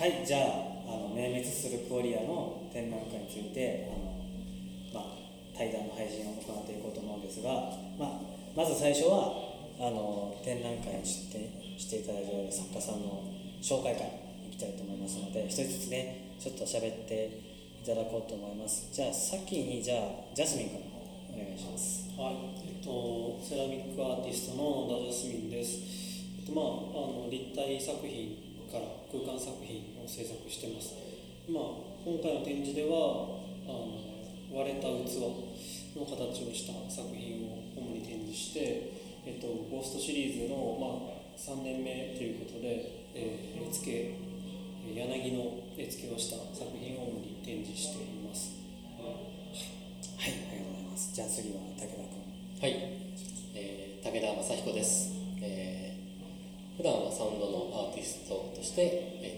はい、じゃあ、明滅するクオリアの展覧会について対談の配信を行っていこうと思うんですが、まず最初は展覧会に出展していただいている作家さんの紹介からいきたいと思いますので、一人ずつねちょっと喋っていただこうと思います。じゃあ先にジャスミンからお願いします。 はい、セラミックアーティストのダジャスミンです。立体作品から空間作品を制作してます。今回の展示では割れた器の形をした作品を主に展示して、ゴーストシリーズの、3年目ということで、絵付け柳の絵付けをした作品を主に展示しています。 はい、ありがとうございます。じゃあ次は武田君。 はい、武田正彦です。普段はサウンドのアーティストとして、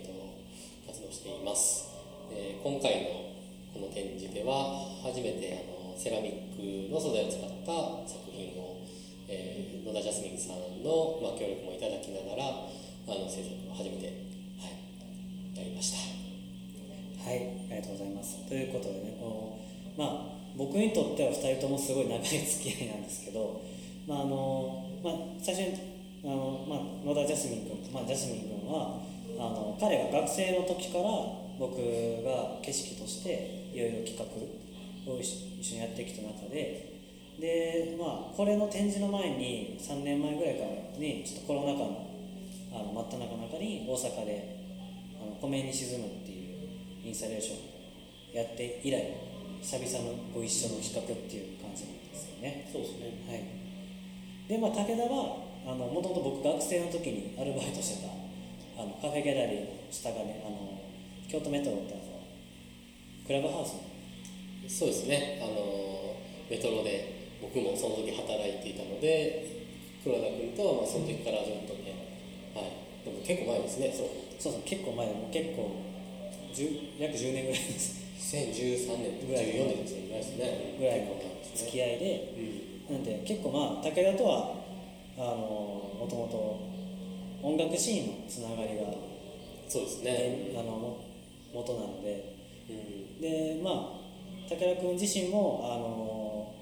活動しています。今回のこの展示では初めてセラミックの素材を使った作品を、野田ジャスミンさんの、協力もいただきながら制作を初めて、やりました。 はい、ありがとうございます。ということでね、僕にとっては2人ともすごい長い付き合いなんですけど、最初に野田ジャスミン君と、ジャスミン君は彼が学生の時から僕が景色としていろいろ企画を一緒にやってきた中で、これの展示の前に3年前ぐらいからにちょっとコロナ禍の真っ只中に大阪で湖面に沈むっていうインスタレーションやって以来久々のご一緒の企画っていう感じなんですよね。 そうですね。 はい。で、武田はもともと僕学生の時にアルバイトしてたカフェギャラリーの下がね京都メトロってクラブハウスのそうですね、メトロで僕もその時働いていたので、黒田君とはその時からずっとね、でも結構前ですね。 そう結構前でも結構約10年ぐらいです 2013年ぐらい14年ですねぐらいの付き合いで、なんで結構武田とはもともと音楽シーンのつながりがそうですね元なので、で武田君自身も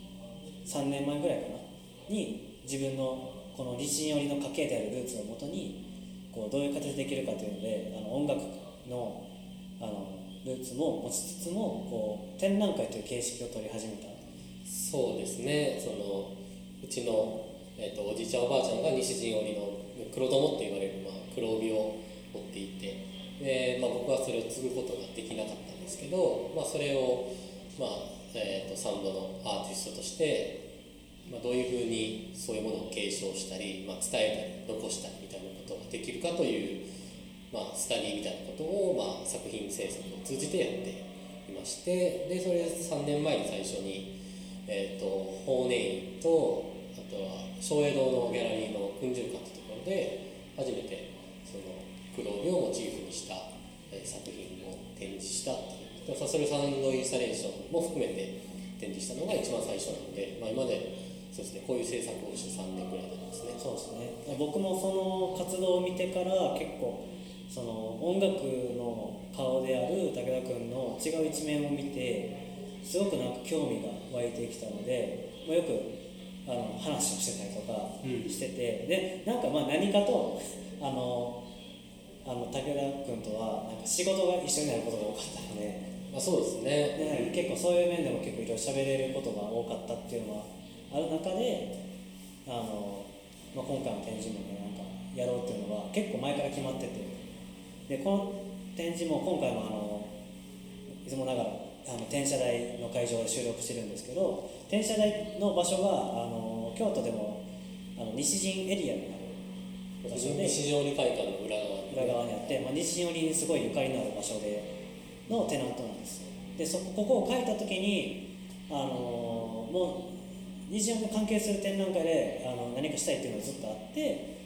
3年前ぐらいかなに自分のこの立身寄りの家系であるルーツをもとにどういう形でできるかというので音楽のルーツも持ちつつも展覧会という形式を取り始めた。 そうですね、うちの、おじいちゃんおばあちゃんが西陣織の黒友と言われる、黒帯を織っていて、で、僕はそれを継ぐことができなかったんですけど、それを、サウンドのアーティストとして、どういうふうにそういうものを継承したり、伝えたり残したりみたいなことができるかという、スタディみたいなことを、作品制作を通じてやっていまして、でそれ3年前に最初に、法然院とあとは松栄堂のギャラリーの訓習館というところで初めてその黒帯をモチーフにした、作品を展示したっていう、それサウンドインスタレーションも含めて展示したのが一番最初なので、今までそうですね、こういう制作をして3年ぐらいなんですね。 そうですね。僕もその活動を見てから結構その音楽の顔である武田君の違う一面を見てすごく興味が湧いてきたので、よく話をしてたりとかしてて、で何かと武田君とは仕事が一緒になることが多かったので、 そうですね。 結構そういう面でも結構いろいろ喋れることが多かったっていうのはある中で今回の展示もねやろうっていうのは結構前から決まってて、でこの展示も今回もいつもながら転車台の会場で収録してるんですけど、転車台の場所が京都でも西陣エリアになる場所で西陣織会館の裏側にあって、西陣織にすごいゆかりのある場所でのテナントなんですよ。でここを書いた時にもう西陣織に関係する展覧会で何かしたいっていうのがずっとあって、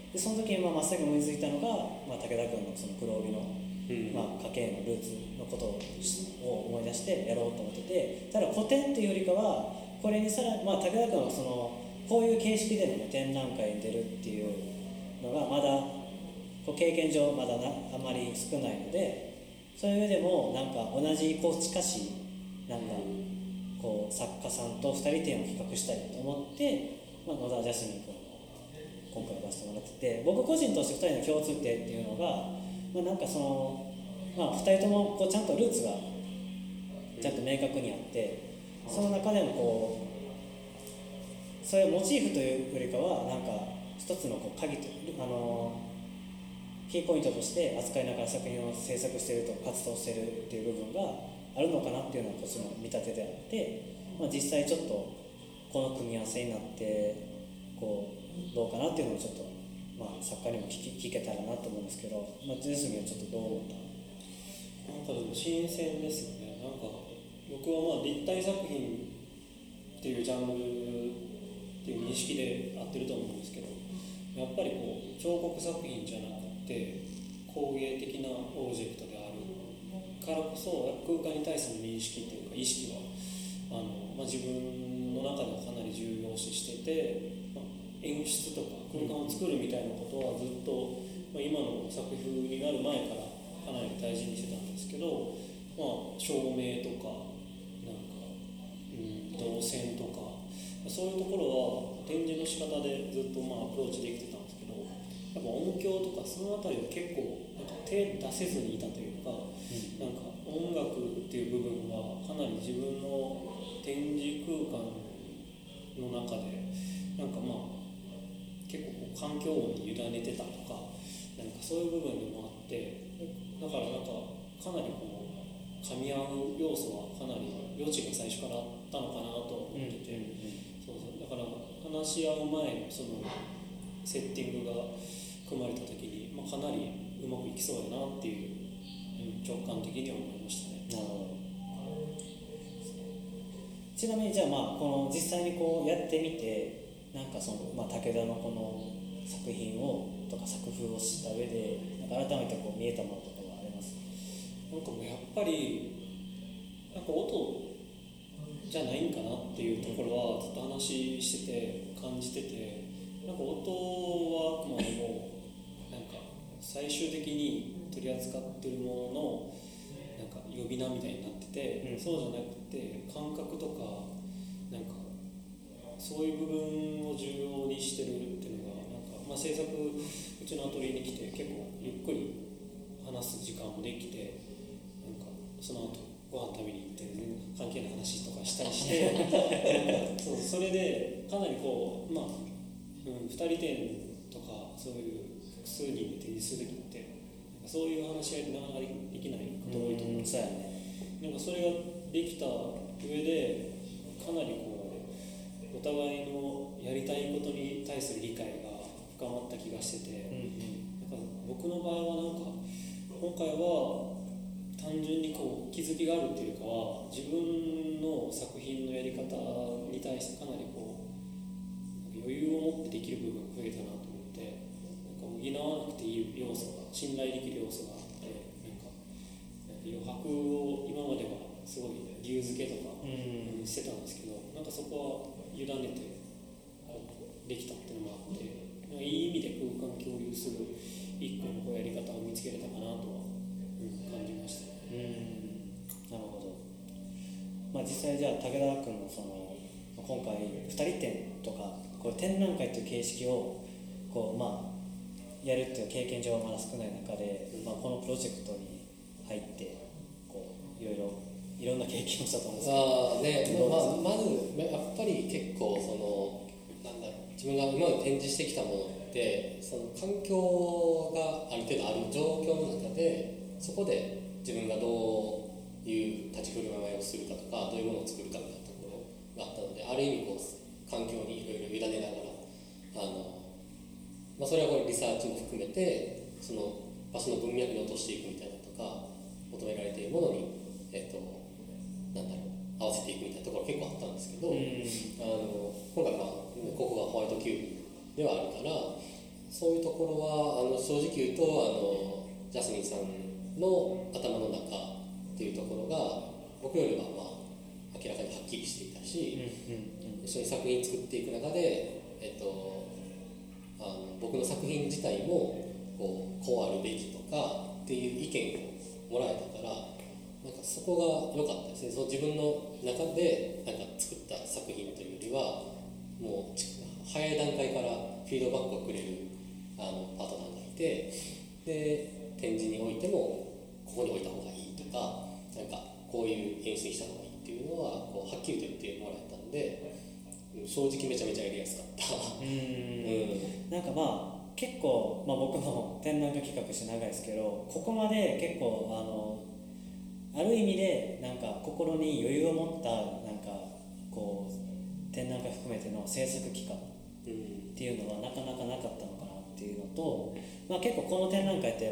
でその時にまっすぐ思いついたのが、武田君のその黒帯の家系のルーツのことを思い出してやろうと思ってて、ただ古典っていうよりかはこれにさらに、武田君のこういう形式での、展覧会に出るっていうのがまだこう経験上まだあまり少ないので、そういう上でもなんか同じこう近しいなんかこう作家さんと2人展を企画したいと思って、野田ジャスミン君を今回出してもらってて、僕個人として2人の共通点っていうのが、なんかその、2人ともこうちゃんとルーツがちゃんと明確にあって、その中でもこうそういうモチーフというよりかはなんか一つのこう鍵とキーポイントとして扱いながら作品を制作していると活動しているっていう部分があるのかなっていうのがこっちの見立てであって、実際ちょっとこの組み合わせになってこうどうかなっていうのをちょっと、作家にも聞けたらなと思うんですけど、ジェスミンはちょっとどう思った？ なんかでも新鮮ですよね。なんか僕は立体作品っていうジャンルっていう認識で合ってると思うんですけど、やっぱりこう彫刻作品じゃなくて工芸的なオブジェクトであるからこそ空間に対する認識というか意識は自分の中ではかなり重要視してて、演出とか空間を作るみたいなことはずっと、今の作風になる前からかなり大事にしてたんですけど、照明とか動線とかそういうところは展示の仕方でずっとアプローチできてたんですけど、やっぱ音響とかそのあたりは結構手出せずにいたというか、なんか音楽っていう部分はかなり自分の展示空間の中でなんか結構環境音に委ねてたとか、なんかそういう部分でもあって、だからなんかかなりこう噛み合う要素はかなり余地が最初からあったのかなと思ってて、だから話し合う前のそのセッティングが組まれた時に、かなりうまくいきそうやなっていう、直感的には思いましたね。 なるほど。ちなみにじゃあこの実際にこうやってみて、なんかその、武田のこの作品をとか作風を知った上でなんか改めてこう見えたものとかはあります？ なんかもうやっぱりなんか音じゃないんかなっていうところはずっと話してて感じてて、なんか音はあくまでもなんか最終的に取り扱ってるもののなんか呼び名みたいになってて、そうじゃなくて感覚とかなんかそういう部分を重要にしてるっていうのがなんか、制作うちのアトリエに来て結構ゆっくり話す時間もできて、なんかその後ご飯食べに行って全然関係ない話とかしたりしてそれでかなりこう2人展とかそういう複数人で展示する時ってそういう話し合いってなかなかできないこと多いと思うんですよね。なんかそれができた上でかなりこうお互いのやりたいことに対する理解が深まった気がしてて、なんか僕の場合はなんか今回は単純にこう気づきがあるっていうかは自分の作品のやり方に対してかなりこう余裕を持ってできる部分が増えたなと思って、なんか補わなくていい要素が信頼できる要素があって、なんか余白を今まではすごい理由付けとかしてたんですけど、なんかそこは委ねてできたっていうのもあって、いい意味で空間共有する一個のこうやり方を見つけれたかなとは、感じました。 なるほど。実際じゃあ武田君のその今回2人展とかこう展覧会という形式をこうやるっていう経験上はまだ少ない中で、このプロジェクトに入ってこういろんな経験をしたと思うんですけど、 まずやっぱり結構その自分が今まで展示してきたものってその環境がある程度ある状況の中でそこで自分がどういう立ち振る舞いをするかとかどういうものを作るかみたいなところがあったので、ある意味こう環境にいろいろ委ねながらそれはこれリサーチも含めてその場所の文脈に落としていくみたいなとか求められているものに合わせていくみたいなところ結構あったんですけど、今回ここがホワイトキューブではあるからそういうところは正直言うとジャスミンさんの頭の中っていうところが僕よりは明らかにはっきりしていたし、一緒に作品作っていく中で、僕の作品自体もこうあるべきとかっていう意見をもらえたから、なんかそこが良かったですね。その自分の中でなんか作った作品というよりは、もう早い段階からフィードバックをくれるパートナーがいて、で展示においてもここに置いた方がいいとか、なんかこういう演出にした方がいいっていうのはこうはっきりと言ってもらえたんで、正直めちゃめちゃやりやすかったなんかまあ結構、僕も展覧会企画して長いですけど、ここまで結構ある意味でなんか心に余裕を持ったなんかこう展覧会含めての制作期間っていうのはなかなかなかったのかなっていうのと、結構この展覧会って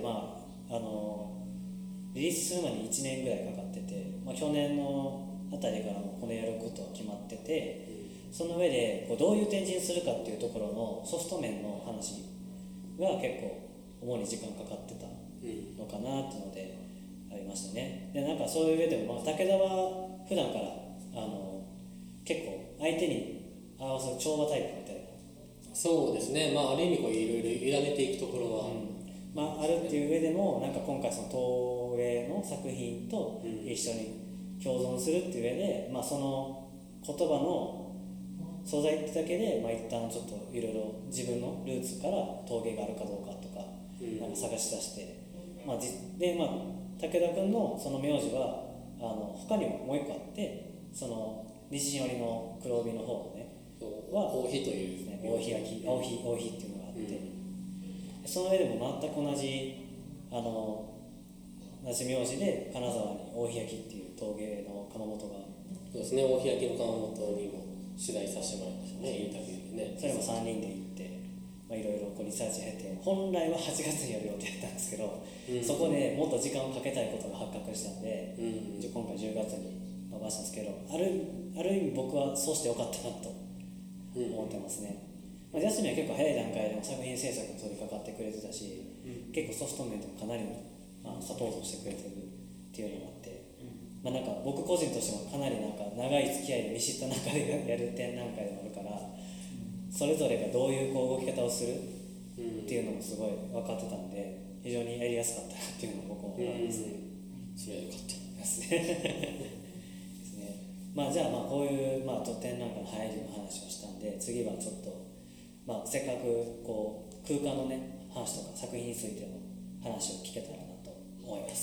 リリースするまでに1年ぐらいかかってて、去年のあたりからもこれやることは決まってて、その上でこうどういう展示にするかっていうところのソフト面の話が結構主に時間かかってたのかなっていうのでありましたね。でなんかそういう上でも、武田は普段から結構相手に合わせる調和タイプみたいな、 そうですね、ある意味こういろいろ委ねていくところは、 あるっていう上でも、なんか今回その東映の作品と一緒に共存するっていう上で、その言葉の素材ってだけで、一旦ちょっといろいろ自分のルーツから陶芸があるかどうかとか、なんか探し出して、で武田君のその名字は他にももう一個あって、その西寄りの黒帯の方のねは王妃というですね、王妃焼き、王妃っていうのがあって、その上でも全く同じ同じ名字で金沢に王妃焼きっていう陶芸の窯元が、 そうですね、王妃焼きの窯元にも取材させてもらいましたね、インタビューでね。 それも3人で行って、いろいろリサーチ経て、本来は8月にやる予定だったんですけど、そこでもっと時間をかけたいことが発覚したんで、今回10月に伸ばしたんですけど、ある意味僕はそうしてよかったなと思ってますね。ジャスミンは結構早い段階でも作品制作に取り掛かってくれてたし、結構ソフト面でもかなりサポートしてくれてるっていうのがあって、なんか僕個人としてもかなりなんか長い付き合いで見知った中でやる展覧会でもあるから、それぞれがどういう動き方をするっていうのもすごい分かってたんで、非常にやりやすかったなっていうのを僕も思いますね。 それはよかったですね。ですね。じゃあこういう展覧会の入りの話をしたんで、次はちょっとせっかくこう空間のね話とか作品についての話を聞けたらなと思います。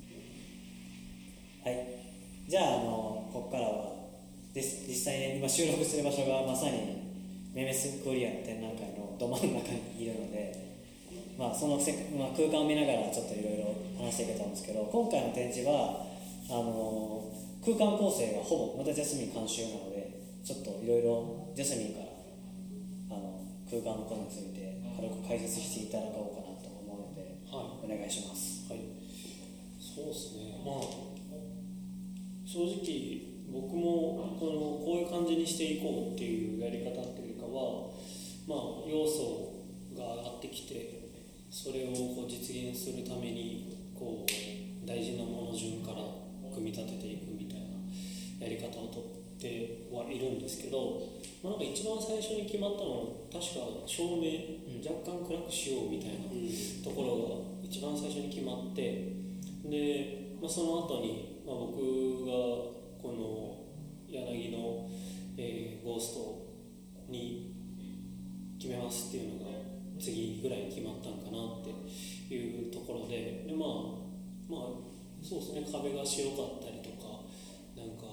はい。じゃあここからは実際に今収録してる場所がまさにメメスクリアの展覧会のど真ん中にいるので、その空間を見ながらちょっといろいろ話していけたんですけど、今回の展示は空間構成がほぼまたジャスミン監修なので、ちょっといろいろジャスミンから空間のことについて軽く解説していただこうかなと思うので、お願いします。 はい、そうですね。正直僕もこういう感じにしていこうっていうやり方っていうかは、要素が上がってきて、それを実現するために大事なもの順から組み立てていくみたいなやり方をとってはいるんですけど、なんか一番最初に決まったのは確か照明若干暗くしようみたいなところが一番最初に決まって、で、その後に、僕がこの柳の、ゴーストに決めますっていうのが次ぐらいに決まったんかなっていうところで、そうですね、壁が白かったりとか、なんか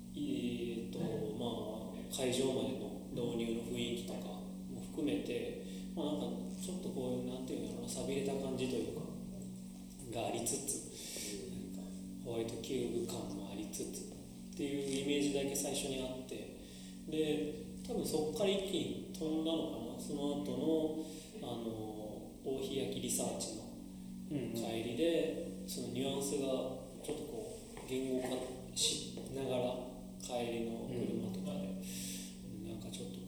会場までの導入の雰囲気とかも含めて、なんかちょっとなんていうのかな、寂れた感じというかがありつつ、なんかホワイトキューブ感もありつつっていうイメージだけ最初にあって、で多分そこから一気に飛んだのかな。その後の王妃焼きリサーチの帰りで、そのニュアンスがちょっと言語化しながら帰りの車とかで、なんかちょっと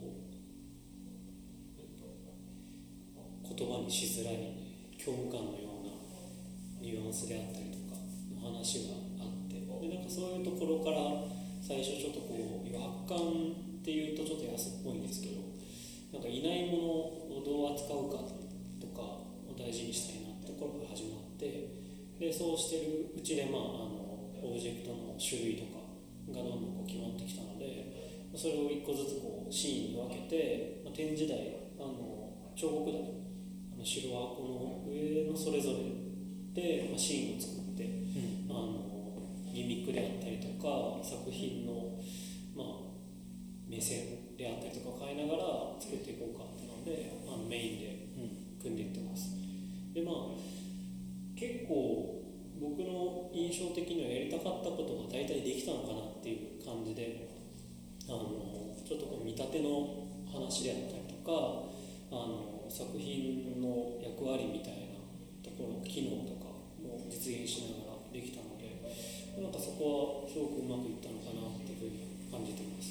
言葉にしづらい虚無感のようなニュアンスであったりとかの話があって、でなんかそういうところから最初ちょっと圧巻っていうとちょっと安っぽいんですけど、なんかいないものをどう扱うかとか、ど大事にしたいなってところから始まって、でそうしてるうちで、オブジェクトの種類とかがどんどん決まってきたので、それを一個ずつシーンに分けて、展示台、彫刻台、白箱の上のそれぞれで、シーンを作って、ギミックであったりとか作品の、目線であったりとかを変えながら作っていこうかっていうのでメインで組んでいってます。で結構僕の印象的にはやりたかったことが大体できたのかなっていう感じで、ちょっと見立ての話であったりとか作品の役割みたいなところの機能とかも実現しながらできたので、なんかそこはすごくうまくいったのかなっていうふうに感じています。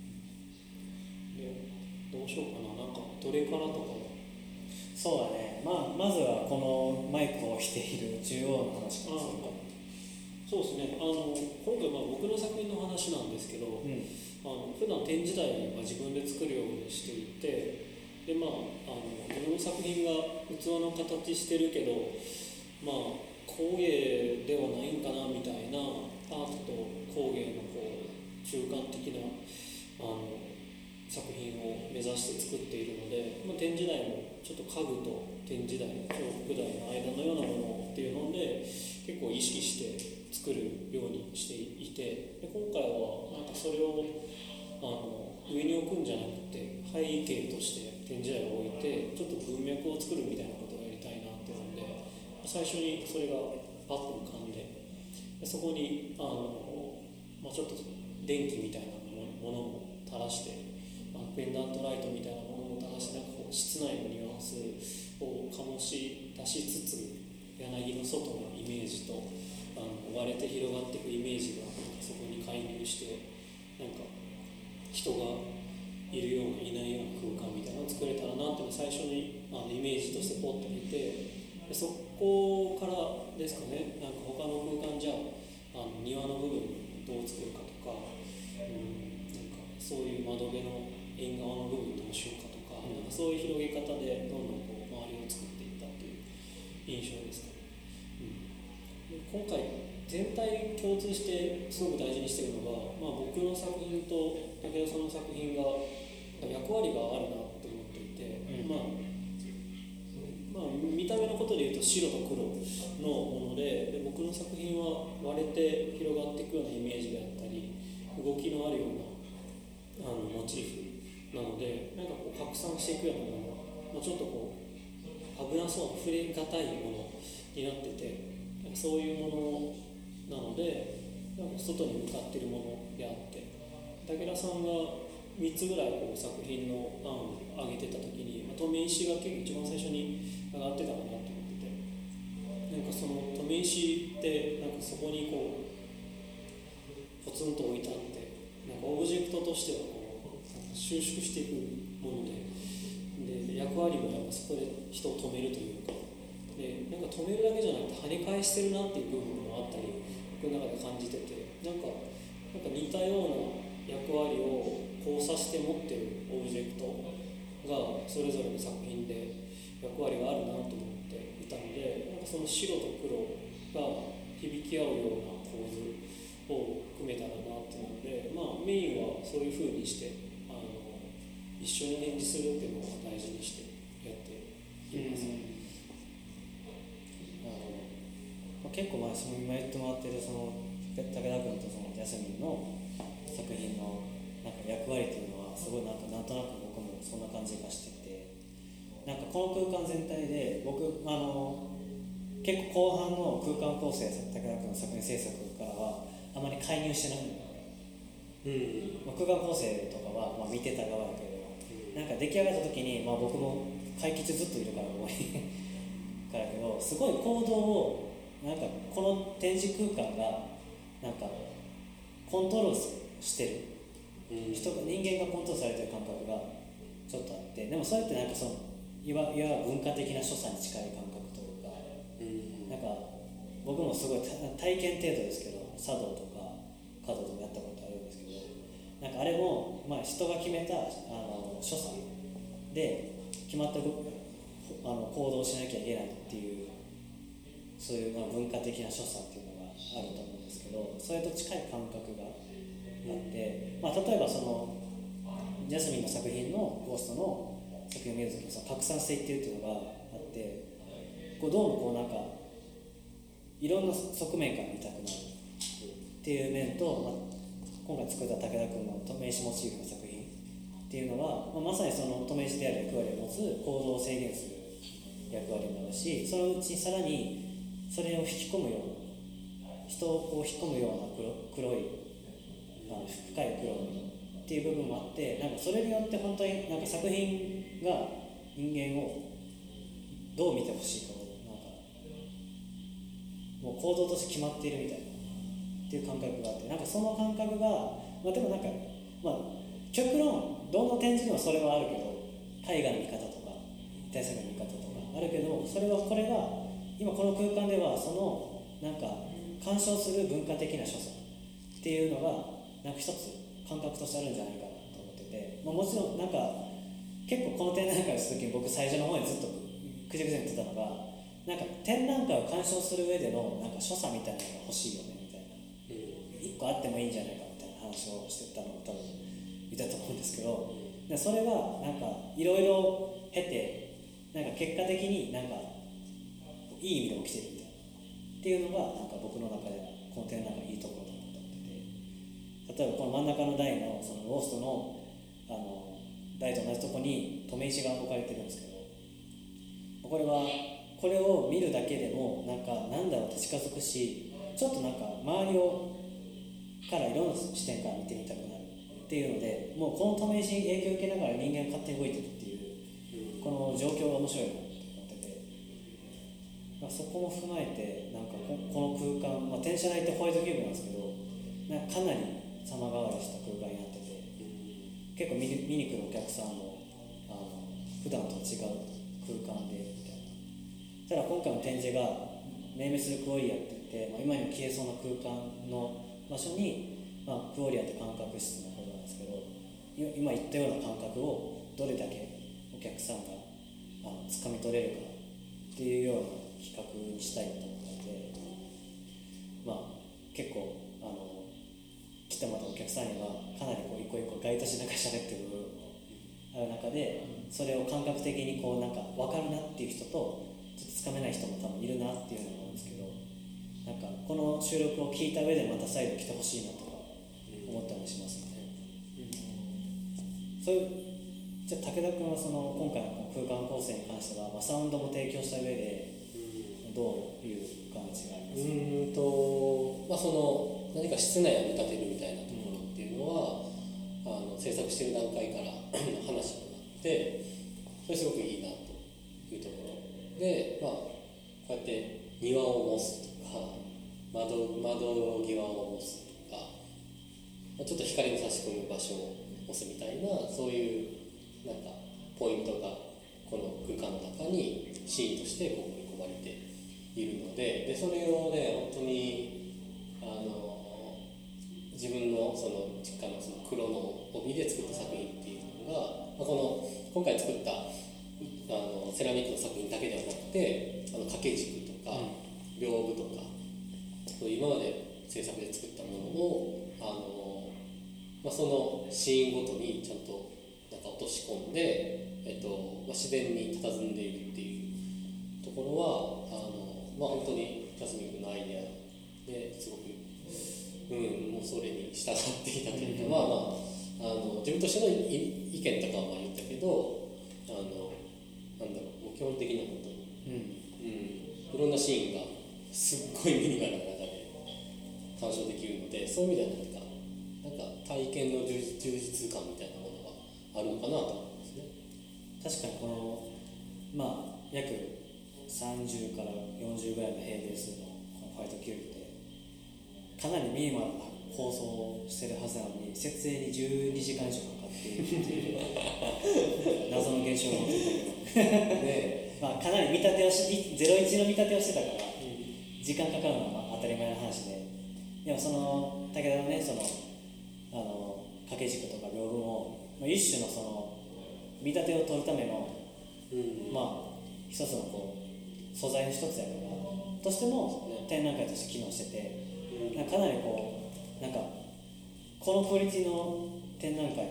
でどうしようかな、なんかどれからとか。 そうだね、まずはこのマイクをしている中央の話からするか。 そうですね、今回僕の作品の話なんですけど、普段展示台は自分で作るようにしていて、で自分の作品が器の形してるけど工芸ではないんかなみたいなアートと工芸の中間的な作品を目指して作っているので、展示台もちょっと家具と展示台彫刻台の間のようなものっていうので結構意識して作るようにしていて、で今回はなんかそれを上に置くんじゃなくて背景として展示台を置いてちょっと文脈を作るみたいなことをやりたいなって思うんで、最初にそれがパッと浮かんで、そこにちょっと電気みたいなものも垂らして、ペンダントライトみたいなものも垂らして、なんか室内のニュアンスを醸し出しつつ、柳の外のイメージと割れて広がっていくイメージがそこに介入して、なんか人がいるようないないような空間みたいなのを作れたらなっていうのを最初にイメージとしてポッと見て、でそこからですかね、なんか他の空間じゃ庭の部分どう作るかとか、なんかそういう窓辺の縁側の部分どうしようかとか、なんかそういう広げ方でどんどん周りを作っていったっていう印象ですかね。今回全体共通してすごく大事にしているのが、僕の作品と武田さんの作品が役割があるなと思っていて、見た目のことでいうと白と黒のもので、僕の作品は割れて広がっていくようなイメージであったり動きのあるようなモチーフなので、なんか拡散していくようなもの、ちょっと危なそうな触れがたいものになってて、そういうものなのでなんか外に向かっているものであって、武田さんが3つぐらい作品の案を挙げてた時に、留め石が結構一番最初に上がってたかなと思ってて、なんかその留め石ってなんかそこにポツンと置いてあって、なんかオブジェクトとしては収縮していくもので、役割もやっぱそこで人を止めるというか、でなんか止めるだけじゃなくて跳ね返してるなっていう部分もあったり僕の中で感じてて、なんか似たような役割を交差して持ってるオブジェクトがそれぞれの作品で役割があるなと思っていたので、なんかその白と黒が響き合うような構図を組めたらなっていうので、メインはそういう風にして一緒に展示するっていうのを大事にしてやっています。 結構今言ってもらってるその武田君とそのジャスミンの作品のなんか役割というのはすごいなんとなく僕もそんな感じがしてて、なんかこの空間全体で僕結構後半の空間構成武田君の作品制作からはあまり介入してないんだよね。空間構成とかは見てた側だけど、なんか出来上がった時に、僕も会期中ずっといるからここにからけど、すごい行動をなんかこの展示空間がなんかコントロールしてる、人間がコントロールされてる感覚がちょっとあって、でもそれってなんかいわゆる文化的な所作に近い感覚というか、なんか僕もすごい体験程度ですけど茶道とか華道とかやったことあるんですけど、なんかあれも人が決めた所作で決まった方行動しなきゃいけないっていうそういう文化的な所作っていうのがあると思うんですけど、それと近い感覚があって、例えばそのジャスミンの作品のゴーストの作品を見るときに拡散性っていうのがあって、どうもなんかいろんな側面から見たくなるっていう面と、今回作った武田君の留め石モチーフの作品っていうのは、まさにその留め石である役割を持つ行動を制限する役割になるし、そのうちさらにそれを引き込むような、人をこう引き込むような黒い深い黒っていう部分もあって、なんかそれによって本当になんか作品が人間をどう見てほしいかをなんかもう行動として決まっているみたいなっていう感覚があって、なんかその感覚が、でもなんか極論どの展示にもそれはあるけど、絵画の見方とか大作の見方とかあるけど、これが今この空間ではそのなんか干渉する文化的な所作っていうのがなんか一つ感覚としてあるんじゃないかなと思ってて、もちろんなんか結構この展覧会をする時に僕最初の方にずっとくじくじ言ってたのが、なんか展覧会を鑑賞する上でのなんか所作みたいなのが欲しいよねみたいな、一個あってもいいんじゃないかみたいな話をしてたのを多分言ったと思うんですけど、それがなんかいろいろ経てなんか結果的になんかいい意味で起きてるみたいなっていうのがなんか僕の中でこの展覧会のいいところだと思ってて、例えばこの真ん中の台のそのローストの台と同じところに留め石が置かれてるんですけど、これを見るだけでもなんだろうって近づくし、ちょっとなんか周りをからいろんな視点から見てみたくなるっていうので、もうこの留め石に影響を受けながら人間が勝手に動いてるっていうこの状況が面白いなと思ってて、そこも踏まえてなんかこの空間、転写台ってホワイトキューブなんですけど、なんかかなり様変わりした空間になってて、結構見に来るお客さんも普段と違う空間でみたいな。ただ今回の展示が命名するクオリアって言って、今にも消えそうな空間の場所に、クオリアって感覚室のことなんですけど、今言ったような感覚をどれだけお客さんが掴み取れるかっていうような企画にしたいと思ったので、結構来てもらったお客さんにはかなり一個一個該当しながら喋ってる部分もある中で、それを感覚的になんか分かるなっていう人とちょっとつかめない人も多分いるなっていうのがあるんですけど、なんかこの収録を聞いた上でまた再度来てほしいなとか思ったりしますよね。そういうじゃあ武田君はその今回の空間構成に関しては、サウンドも提供した上でどういう感じがありますか？ その何か室内を見立てるみたいなところっていうのは、制作している段階から話になって、それすごくいいなというところで、こうやって庭を模すとか窓際を模すとか、ちょっと光の差し込む場所を模すみたいな、そういうなんかポイントがこの空間の中にシーンとしてこう盛り込まれているので、それをね本当に自分のその実家のその黒の帯で作った作品っていうのが、この今回作ったセラミックの作品だけではなくて、掛け軸とか屏風とか、今まで制作で作ったものをそのシーンごとにちゃんとなんか落とし込んで、自然に佇んでいるっていうところは本当にジャスミン君のアイデアですごく、もうそれに従っていたというか、自分としての意見とかは言ったけど、なんだろう、もう基本的には本当に、いろんなシーンがすっごいミニマルな中で鑑賞できるので、そういう意味ではなんか体験の充実感みたいなものがあるのかなと思いますね。 確かにこの約30から40ぐらいの平米数のホワイトキューブでかなりミニマルな構想をしてるはずなのに、設営に12時間以上かかっているっていう謎の現象が起きてたけどで、かなり見立てを01の見立てをしてたから時間かかるのは当たり前の話で、でもその武田のね、その掛け軸とか屏風も、一種のその見立てを取るための、 一つの素材の一つやからとしても展覧会として機能してて、かなりこのクオリティの展覧会って、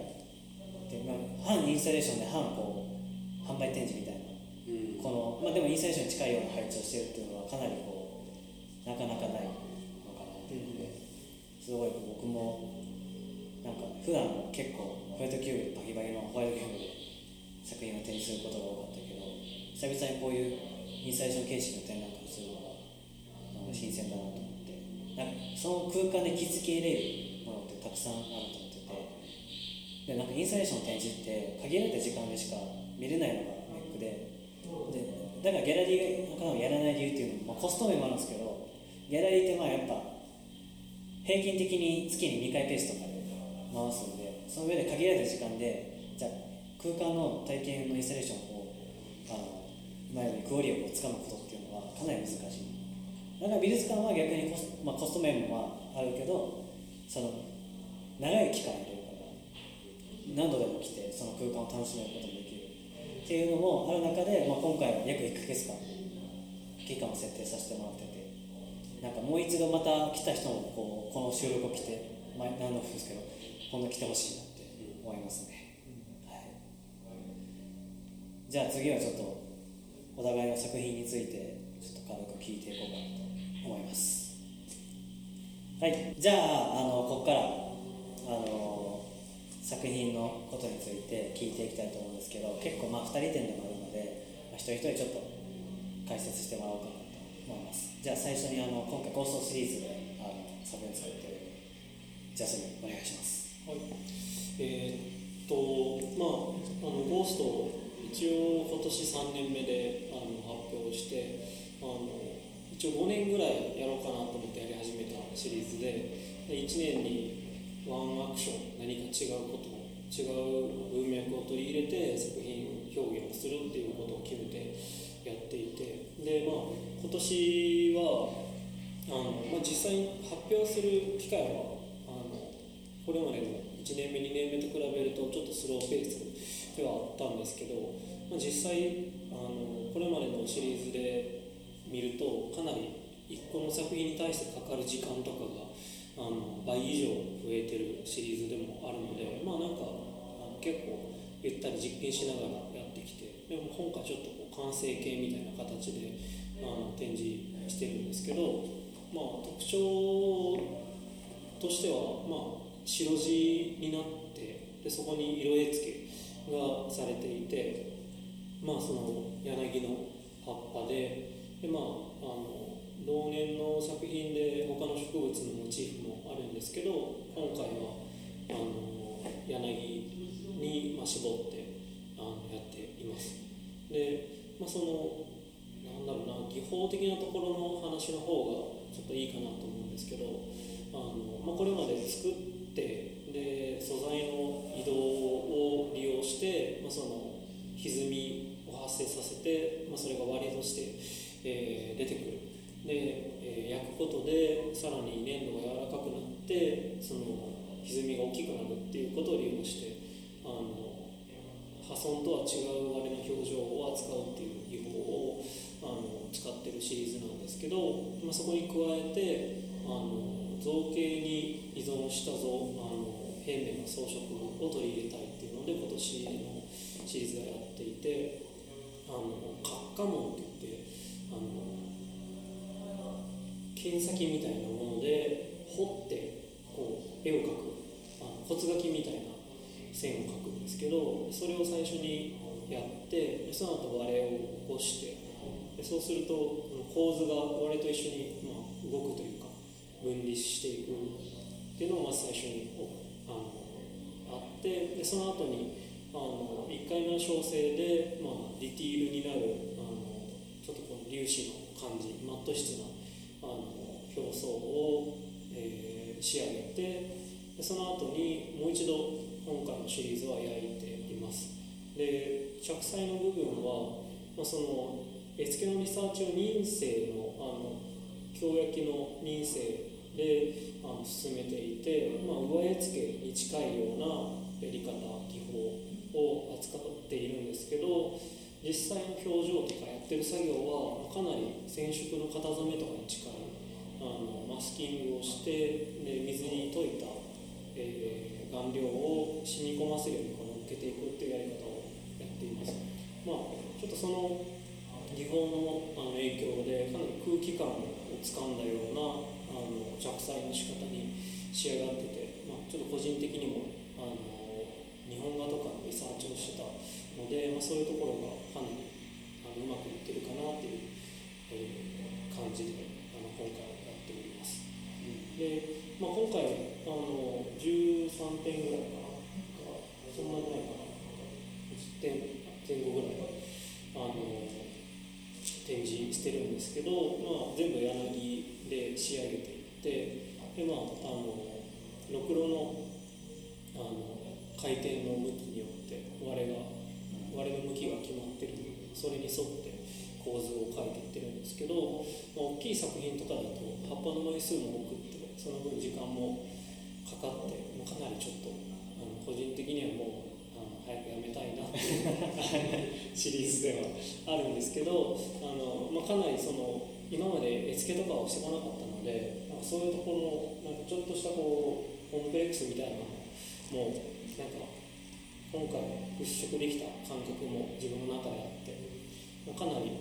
半インスタレーションで半販売展示みたいな、でもインスタレーションに近いような配置をしてるっていうのはかなりなかなかないのかなっていうので、すごい僕も普段結構ホワイトキューブバキバキのホワイトキューブで作品を展示することが多かったけど、久々にこういうインスタレーション形式の展覧会をするのが新鮮だなと思って、その空間で気づき入れるものってたくさんあると思ってて、でインスタレーションの展示って限られた時間でしか見れないのがネックで、だからギャラリーがやらない理由っていうのも、コスト面もあるんですけど、ギャラリーってやっぱ平均的に月に2回ペースとかで回すので、その上で限られた時間でじゃあ空間の体験のインスタレーションを今よりクオリティをつかむことっていうのはかなり難しい。だから美術館は逆にコスト面もあるけど、その長い期間やれるから何度でも来てその空間を楽しめることもできるっていうのもある中で、今回は約1ヶ月間期間を設定させてもらってて、もう一度また来た人もこの収録を来て何度も言うんですけど、今度来てほしいなって思いますね、はい、じゃあ次はちょっとお互いの作品についてちょっと軽く聞いていこうかなと思います。はい、じゃあここから作品のことについて聞いていきたいと思うんですけど、結構2人展でもあるので、一人一人ちょっと解説してもらおうかなと思います。じゃあ最初に今回ゴーストシリーズで作品を作っているジャスミンお願いします。 はい、ゴースト一応今年3年目で発表して、一応5年ぐらいやろうかなと思ってやり始めたシリーズで、1年にワンアクション何か違うこと違う文脈を取り入れて作品表現をするっていうことを決めてやっていて、で今年は実際に発表する機会はこれまでの1年目2年目と比べるとちょっとスローペースではあったんですけど、実際これまでのシリーズで見るとかなり1個の作品に対してかかる時間とかが倍以上増えてるシリーズでもあるので、結構ゆったり実験しながらやってきて、でも今回ちょっと完成形みたいな形で展示してるんですけど、特徴としては白地になって、でそこに色絵付けがされていて、その柳の葉っぱで、同年の作品で他の植物のモチーフもあるんですけど、今回は柳に絞ってやっています。で、その技法的なところの話の方がちょっといいかなと思うんですけど、これまで作ってで素材の移動を利用して、その歪みを発生させて、それが割りとして、出てくる。で、焼くことでさらに粘土が柔らかくなってその歪みが大きくなるっていうことを利用して破損とは違う割れの表情を扱うっていう技法を使ってるシリーズなんですけど、そこに加えて造形に依存した平面の装飾を取り入れたいっていうので今年のシリーズがやっていて、角化紋っていって剣先みたいなもので彫って絵を描く骨書きみたいな線を描くんですけど、それを最初にやってその後割れを起こして、そうすると構図が割れと一緒に動くというか分離していくっていうのがまず最初にあって、でその後に1回目の調整で、ディティールになるちょっとこの粒子の感じマット質な表層を、仕上げて、でその後にもう一度今回のシリーズは焼いています。で着彩の部分は、その絵付けのリサーチを任性の京焼の任性で進めていて、上絵付けに近いようなやり方技法を扱っているんですけど、 実際の表情とかやってる作業はかなり染色の型染めとかに近いマスキングをしてで水に溶いた、顔料を染み込ませるように乗っけていくっていうやり方をやっています。ちょっとその技法の影響でかなり空気感をつかんだような着彩の仕方に仕上がってて、ちょっと個人的にも日本画とかのリサーチをしてたので、そういうところがかなりうまくいってるかなっていう、感じで今回やっております。で、今回13点ぐらいかな、そんなぐらいかな、10点前後ぐらい展示してるんですけど、全部柳で仕上げていって、でろくろの回転の向きによって割れの向きが決まってるので、それに沿って構図を描いていってるんですけど、大きい作品とかだと葉っぱの枚数も多くってその分時間もかかって、かなりちょっと個人的にはもう早くやめたいなっていうシリーズではあるんですけど、かなり今まで絵付けとかをしてこなかったので、そういうところのちょっとしたコンプレックスみたいなのも今回払拭できた感覚も自分の中であって、かなり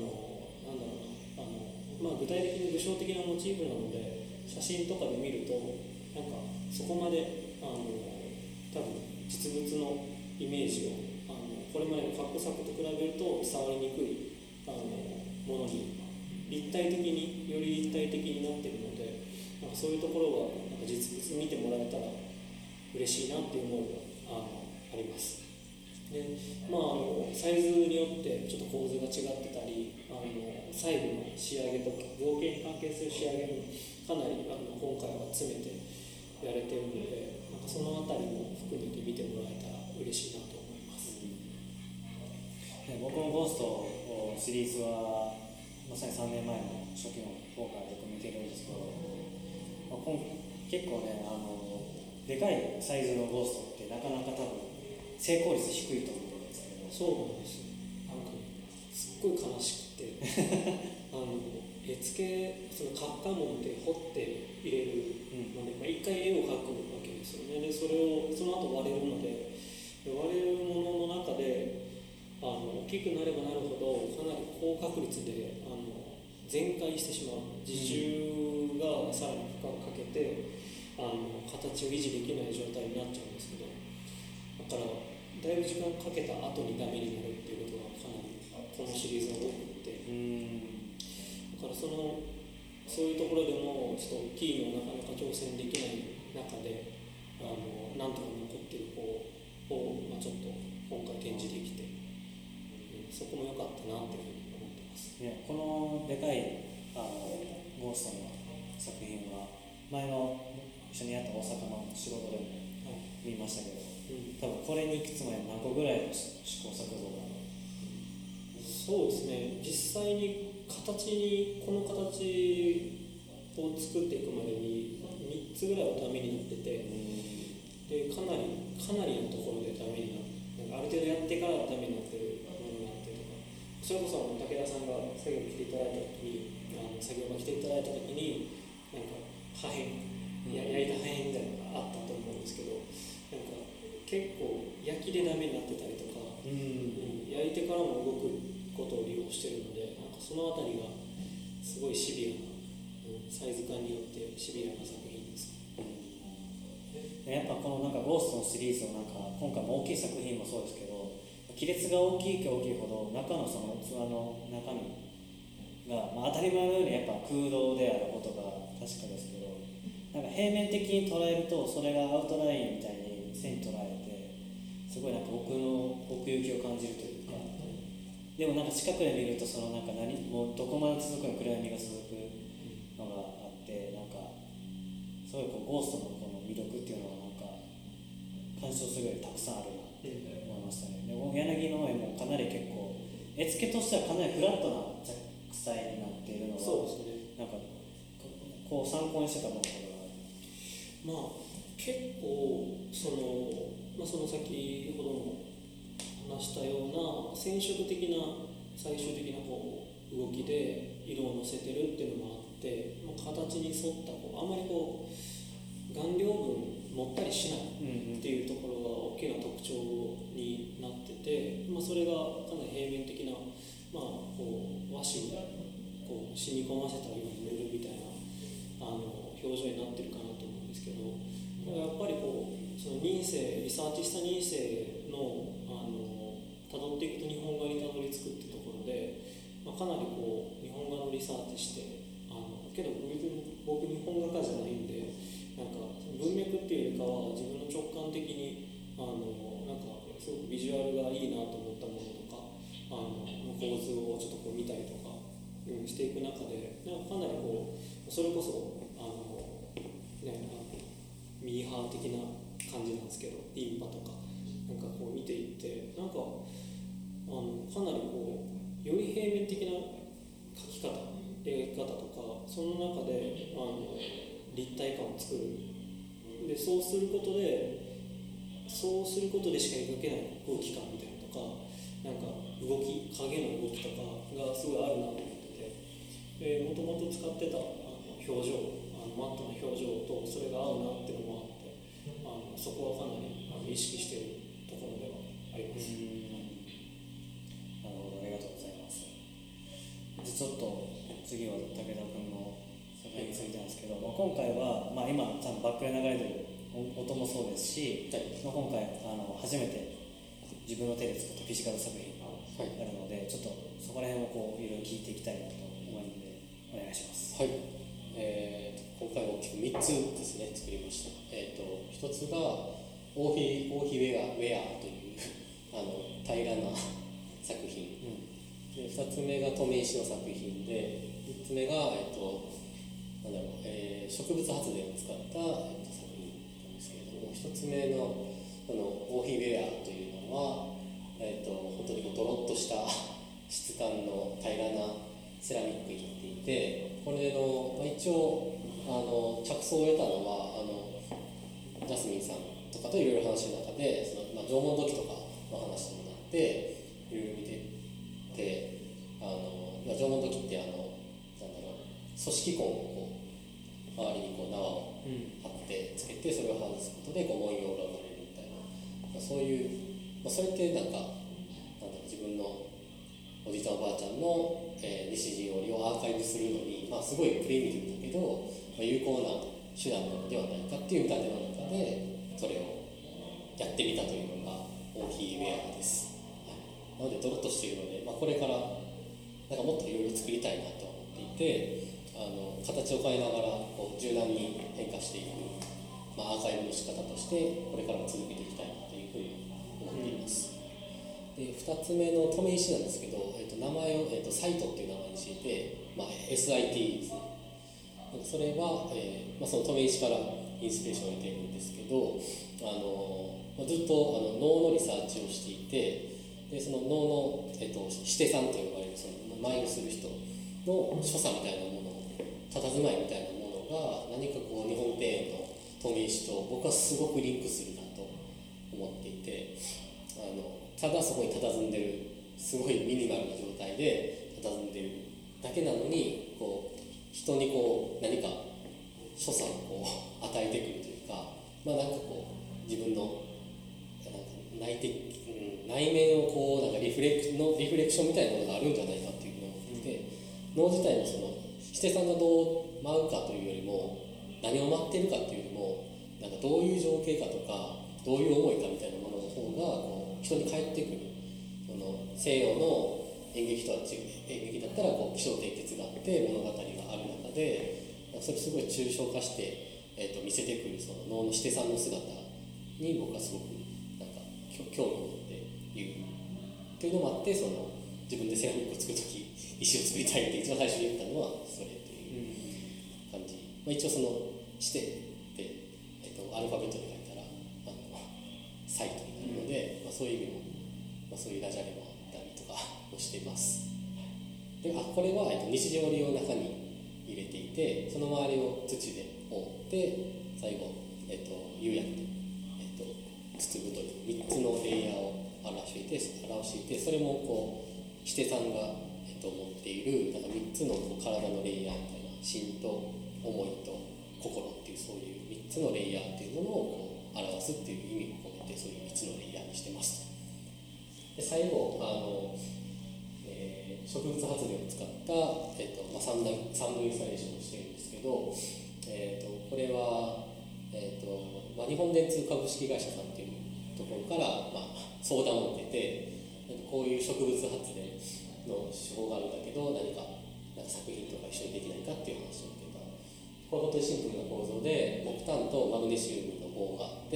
具体的に具象的なモチーフなので写真とかで見るとそこまで多分実物のイメージをこれまでの過去作と比べると伝わりにくいものにより立体的になっているので、そういうところは実物見てもらえたら嬉しいなっていう思いがあります。で、サイズによってちょっと構図が違ってたり、細部の仕上げとか造形に関係する仕上げにかなり今回は詰めてやれてるので、そのあたりも含めて見てもらえたら嬉しいなと思います。 僕のゴーストシリーズはまさに3年前の初期の方からよく見てるんですけど、結構ねでかいサイズのゴーストってなかなか多分成功率低いと思うんですけど。 そうなんです。すっごい悲しくて絵付け活火紋で彫って入れるので、一回絵を描くわけですよね。でその後割れるので、割れるものの中で大きくなればなるほどかなり高確率で全壊してしまう、自重がさらに負荷をかけて形を維持できない状態になっちゃうんですけど、だからだいぶ時間かけた後にダメになるっていうことがかなりこのシリーズは多くて、だからそういうところでもちょっと大きいのなかなか挑戦できない中でなんとか残っている方を、ちょっと今回展示できて、そこも良かったなっていうふうに思ってます。 このでかいゴーストの作品は前の一緒にやった大阪の仕事でも見ましたけど、多分これにいくつも何個ぐらいの試行錯誤が。 そうですね、実際にこの形を作っていくまでに3つぐらいはダメになってて、でかなりのところでダメになって、ある程度やってからダメになってるものがあってとか、それこそ武田さんが作業に来ていただいた時に作業場来ていただいた時に破片、焼いた破片みたいなのがあったと思うんですけど、結構焼きでダメになってたりとか、焼いてからも動くことを利用してるので、そのあたりがすごいシビアな、サイズ感によってシビアな作品です。 やっぱこのゴーストのシリーズの今回も大きい作品もそうですけど、亀裂が大きいほど中のその器の中身が、当たり前のようにやっぱ空洞であることが確かですけど、平面的に捉えるとそれがアウトラインみたいに線に捉えてすごい奥行きを感じるというか、でも近くで見るともうどこまで続くの暗闇が続くのがあって、すごいゴーストのこの魅力っていうのが鑑賞するよりたくさんあるなって思いましたね。で柳の絵もかなり結構絵付けとしてはかなりフラットな着彩になっているのが、 そうですね、 こう参考にしてたものが結構その先ほどの話したような染色的な最終的なこう動きで色をのせてるっていうのもあって、形に沿ったこうあんまりこう顔料分もったりしないっていうところが大きな特徴になってて、それがかなり平面的な、こう和紙にこう染み込ませたように塗るみたいな表情になってるかなと思うんですけど、やっぱりこうそのリサーチした2世の辿っていくと日本画にたどり着くってところで、かなりこう日本画のリサーチしてけど僕日本画家じゃないんで、なんか文脈っていうよりかは自分の直感的になんかすごくビジュアルがいいなと思ったものとか構図をちょっとこう見たりとか、していく中でかなりこうそれこそミーハー的な感じなんですけど、リンパとかなんかこう見ていってなんかかなりこうより平面的な描き方描き方とかその中で立体感を作るでそうすることでしか描けない空気感みたいなとかなんか影の動きとかがすごいあるなと思ってて、もともと使ってた表情マットな表情とそれが合うなっていうのもあってそこはかなり意識しているところではあります。 なるほど、ありがとうございます。ちょっと次は武田君の作品についてなんですけど、今回は、今ちゃんとバックで流れてる音もそうですし、今回初めて自分の手で作ったフィジカル作品があるので、ちょっとそこら辺をこういろいろ聞いていきたいなと思うのでお願いします。 はい、今回大きく3つですね作りました。1つが王妃ウェアという平らな作品、で2つ目が留め石の作品で3つ目が、植物発電を使った、作品なんですけれども、1つ目の王妃ウェアというのは、本当にこうドロッとした質感の平らなセラミックになっていて、これの、一応着想を得たのはジャスミンさんとかといろいろ話の中で縄文土器とかの話にもなっていろいろ見てて、縄文土器って組織痕をこう周りにこう縄を貼ってつけてそれを外すことでこう文様が生まれるみたいな、そういう、それって自分のおじいちゃんおばあちゃんの、西陣織をアーカイブするのに、すごいプリミティブだけど、有効な手段なのではないかっていう見立ての中でそれをやってみたというのが王妃ウェアです。なのでドロッとしているので、これからなんかもっといろいろ作りたいなと思っていて、形を変えながらこう柔軟に変化していく、アーカイブの仕方としてこれからも続けていきたいなというふうに思っています。で2つ目の留め石なんですけど、名前を、サイトっていう名前にしていて、SIT ですね。それは、その留め石からインスピレーションを得ているんですけど、ずっと能のリサーチをしていて、でその能の、シテさんと呼ばれるそのマイルする人の所作みたいなもの、佇まいみたいなものが何かこう日本庭園の留め石と僕はすごくリンクするなと思っていて、ただそこに佇んでるすごいミニマルな状態で佇んでるだけなのにこう人にこう何か所作をこう与えてくるというか、なんかこう自分の内面をこうなんかリフレクションみたいなものがあるんじゃないかっていうのを思ってて、能自体のそのシテさんがどう舞うかというよりも何を待っているかっていうよりもなんかどういう情景かとかどういう思いかみたいなものの方がこう人に返ってくる。西洋の演劇とは違う演劇だったらこう起承転結があって物語がある中でそれすごい抽象化して、見せてくるその能のシテさんの姿に僕はすごくなんか興味を持っているというのもあって、その自分でセラミックを作るとき石を作りたいって一番最初に言ったのはそれという感じ、一応そのシテって、アルファベットで書いたらサイトになるので、そういう意味も、そういうダジャレもあったりとかをしています。でこれは、西陣織を中に入れていて、その周りを土で覆って最後、釉薬で、包むという3つのレイヤーを表していて、それもこうシテさんが、持っているなんか3つのこう体のレイヤーみたいな、心と思いと心っていうそういう3つのレイヤーっていうものをこう表すっていう意味を込めて、そういう3つのレイヤーにしてますと。で最後植物発電を使った、サンドインスタレーションをしてるんですけど、これは、日本電通株式会社さんっていうところから、相談を受けて、こういう植物発電の手法があるんだけど、何か作品とか一緒にできないかっていう話を受けた。これ本当にシンプルな構造で、木炭とマグネシウムの棒があって、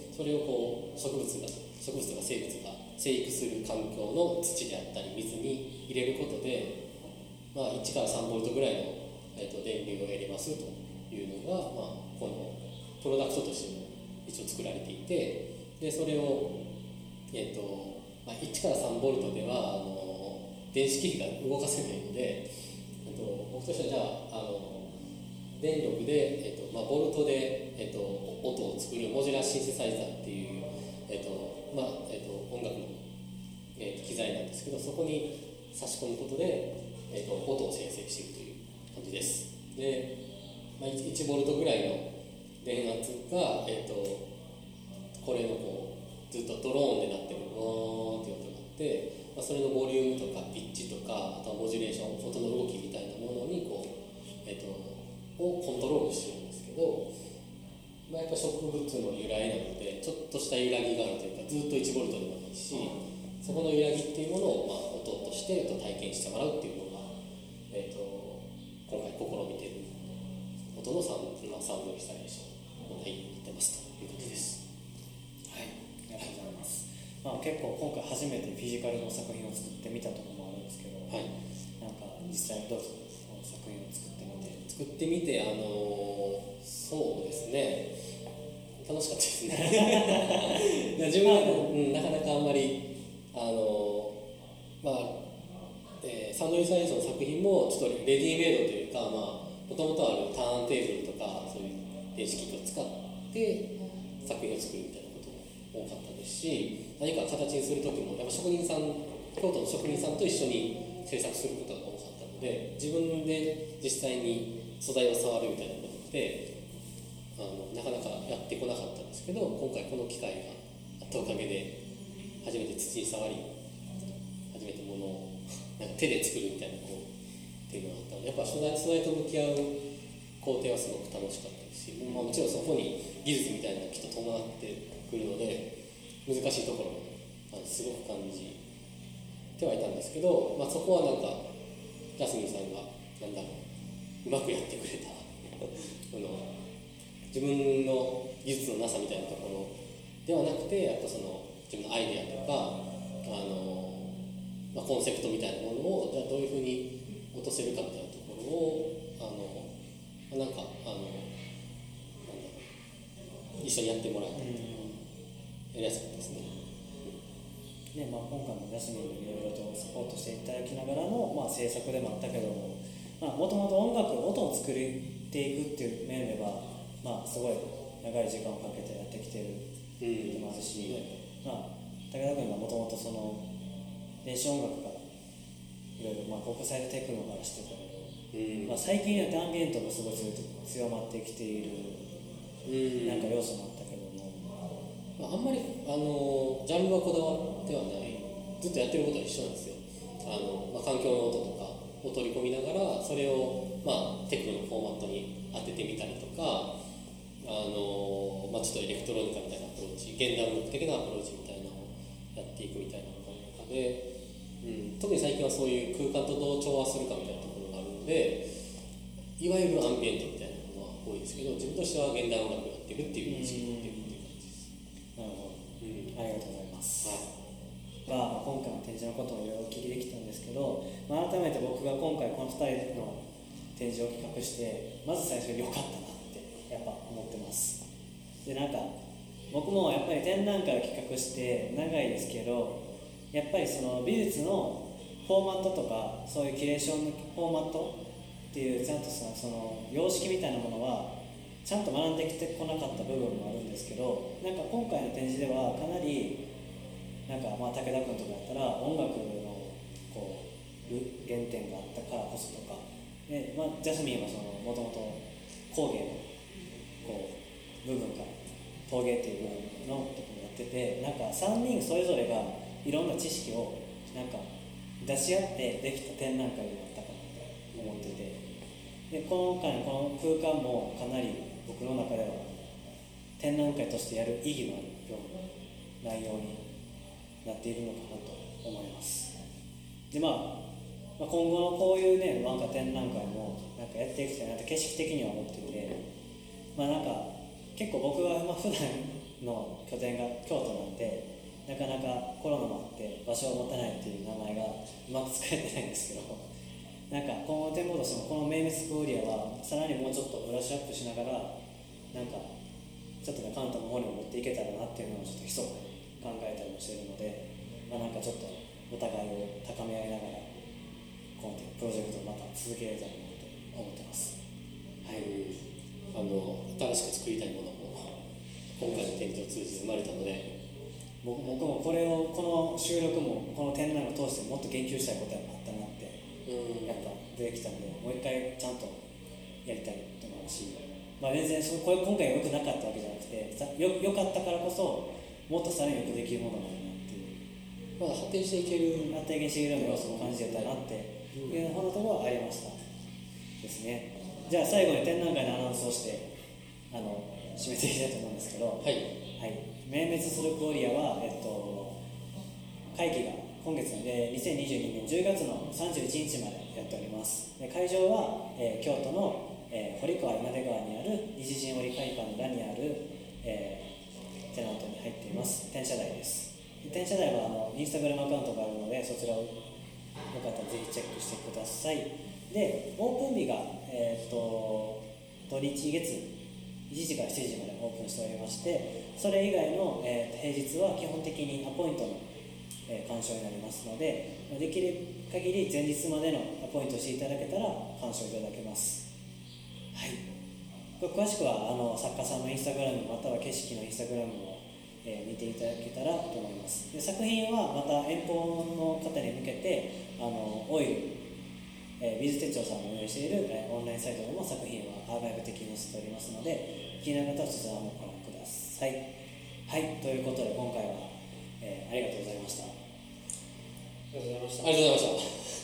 それをこう植物とか生物が生育する環境の土であったり水に入れることで、1から3ボルトぐらいの、電流を得れますというのが、このプロダクトとしても一応作られていて、でそれを、1から3ボルトでは電子機器が動かせないので、僕としてはじゃあ電力で、ボルトで、音を作るモジュラーシンセサイザーっていう、音楽の、機材なんですけど、そこに差し込むことで、音を生成しているという感じです。で、1ボルトぐらいの電圧が、これのこうずっとドローンでなってるゴーンって音があって、それのボリュームとかピッチとか、あとはモジュレーション、音の動きみたいなものにこう、をコントロールしてるんですけど、やっぱ植物の由来なのでちょっとした揺らぎがあるというか、ずっと1ボルトでもいいし、そこの揺らぎっていうものを、音として体験してもらうっていうのが、今回試みている音のサウンドインスタレーションの内容になってますという感じです。 はい、ありがとうございます。結構今回初めてフィジカルの作品を作ってみたところもあるんですけど、 はい、 なんか実際どうですか、その作品を作ってみてそうですね、楽しかったですね自分は、なかなかあんまりサンドインスタレーションの作品もちょっとレディーメイドというか、もともとあるターンテーブルとかそういう電子機器を使って作品を作るみたいなことも多かったですし、何か形にする時もやっぱ京都の職人さんと一緒に制作することが多かったので、自分で実際に素材を触るみたいなことってなかなかやってこなかったんですけど、今回この機会があったおかげで初めて土に触り、初めて物をなんか手で作るみたいなことっていうのがあったので、やっぱ素材と向き合う工程はすごく楽しかったですし、もちろんそこに技術みたいなのがきっと伴ってくるので、難しいところもすごく感じてはいたんですけど、そこはなんかジャスミンさんがうまくやってくれた自分の技術のなさみたいなところではなくて、やっぱその自分のアイデアとかコンセプトみたいなものをじゃあどういうふうに落とせるかみたいなところを一緒にやってもらえたりとかやりやすかったですね。 今回もジャスミンにいろいろとサポートしていただきながらの、制作でもあったけども、もともと音を作っていくっていう面では、すごい長い時間をかけてやってきてるのもあるし、武田君がもともとその電子音楽からいろいろ国際テクノからしてたけど、最近はアンビエントがすごい強まってきているなんか要素もあったけども、 あんまりジャンルはこだわってはない、ずっとやってることは一緒なんですよ。環境の音とかを取り込みながら、それを、テクノのフォーマットに当ててみたりとか、ちょっとエレクトロニカみたいなアプローチ、現代音楽的なアプローチみたいなのをやっていくみたいなのが中で、特に最近はそういう空間とどう調和するかみたいなところがあるので、いわゆるアンビエントみたいなものは多いですけど、自分としては現代音楽をやっていくっていう認識を持っていくっていう感じです。 なるほど、ありがとうございます。今回の展示のことをいろいろお聞きできたんですけど、改めて僕が今回この2人の展示を企画して、まず最初に良かったなってやっぱ思ってます。で僕もやっぱり展覧会を企画して長いですけど、やっぱりその美術のフォーマットとか、そういうキュレーションのフォーマットっていうちゃんとその様式みたいなものはちゃんと学んできてこなかった部分もあるんですけど、今回の展示ではかなりなんかまあ武田君とかだったら音楽のこう原点があったからこそとかで、まあ、ジャスミンはもともと工芸のこう部分から陶芸っていう部分のところをやってて、なんか3人それぞれがいろんな知識をなんか出し合ってできた展覧会になったかなと思ってて、で今回のこの空間もかなり僕の中では展覧会としてやる意義のあるような内容になっているのかなと思います。でまあ今後のこういうねなんか展覧会もなんかやっていきたいなって景色的には思っていて、なんか結構僕は普段の拠点が京都なんでなかなかコロナもあって場所を持たないっていう名前がうまく使えてないんですけど、なんか今後展望としてもこのメイメスクオリアはさらにもうちょっとブラッシュアップしながらなんかちょっとね関東の方にも持っていけたらなっていうのをちょっと密かに考えたりもしているので、なんかちょっとお互いを高め合いながらこのプロジェクトをまた続けたいなと思ってます。はい、 新しく作りたいものも今回の展示を通じて生まれたので、 僕もこの収録もこの展覧会を通してもっと言及したいことがあったなってやっぱ出てきたので、もう一回ちゃんとやりたいと思うし、全然これ今回良くなかったわけじゃなくて良かったからこそもっとさらによくできるものがあるなっていう、 発展していける要素を感じてたなっていうようなところはありましたですね。じゃあ最後に展覧会のアナウンスをして締めていきたいと思うんですけど、 はい、 明滅するクオリアは、会期が今月で2022年10月の31日までやっております。で会場は、京都の、堀川今出川にある西陣織会館の裏にある、テナントに入っています。転車台です。転車台はインスタグラムアカウントがあるのでそちらをよかったらぜひチェックしてください。でオープン日が、土日月1時から7時までオープンしておりまして、それ以外の、平日は基本的にアポイントの、鑑賞になりますので、できる限り前日までのアポイントしていただけたら鑑賞いただけます。はい、これ詳しくは作家さんのインスタグラムまたは景色のインスタグラムを、見ていただけたらと思います。で作品はまた遠方の方に向けてオイル美術手帳さんの運営しているオンラインサイトでも作品はアーカイブ的に載せておりますので、気になる方はそちらもご覧ください。はい、ということで今回は、ありがとうございました。 ありがとうございました。 ありがとうございました。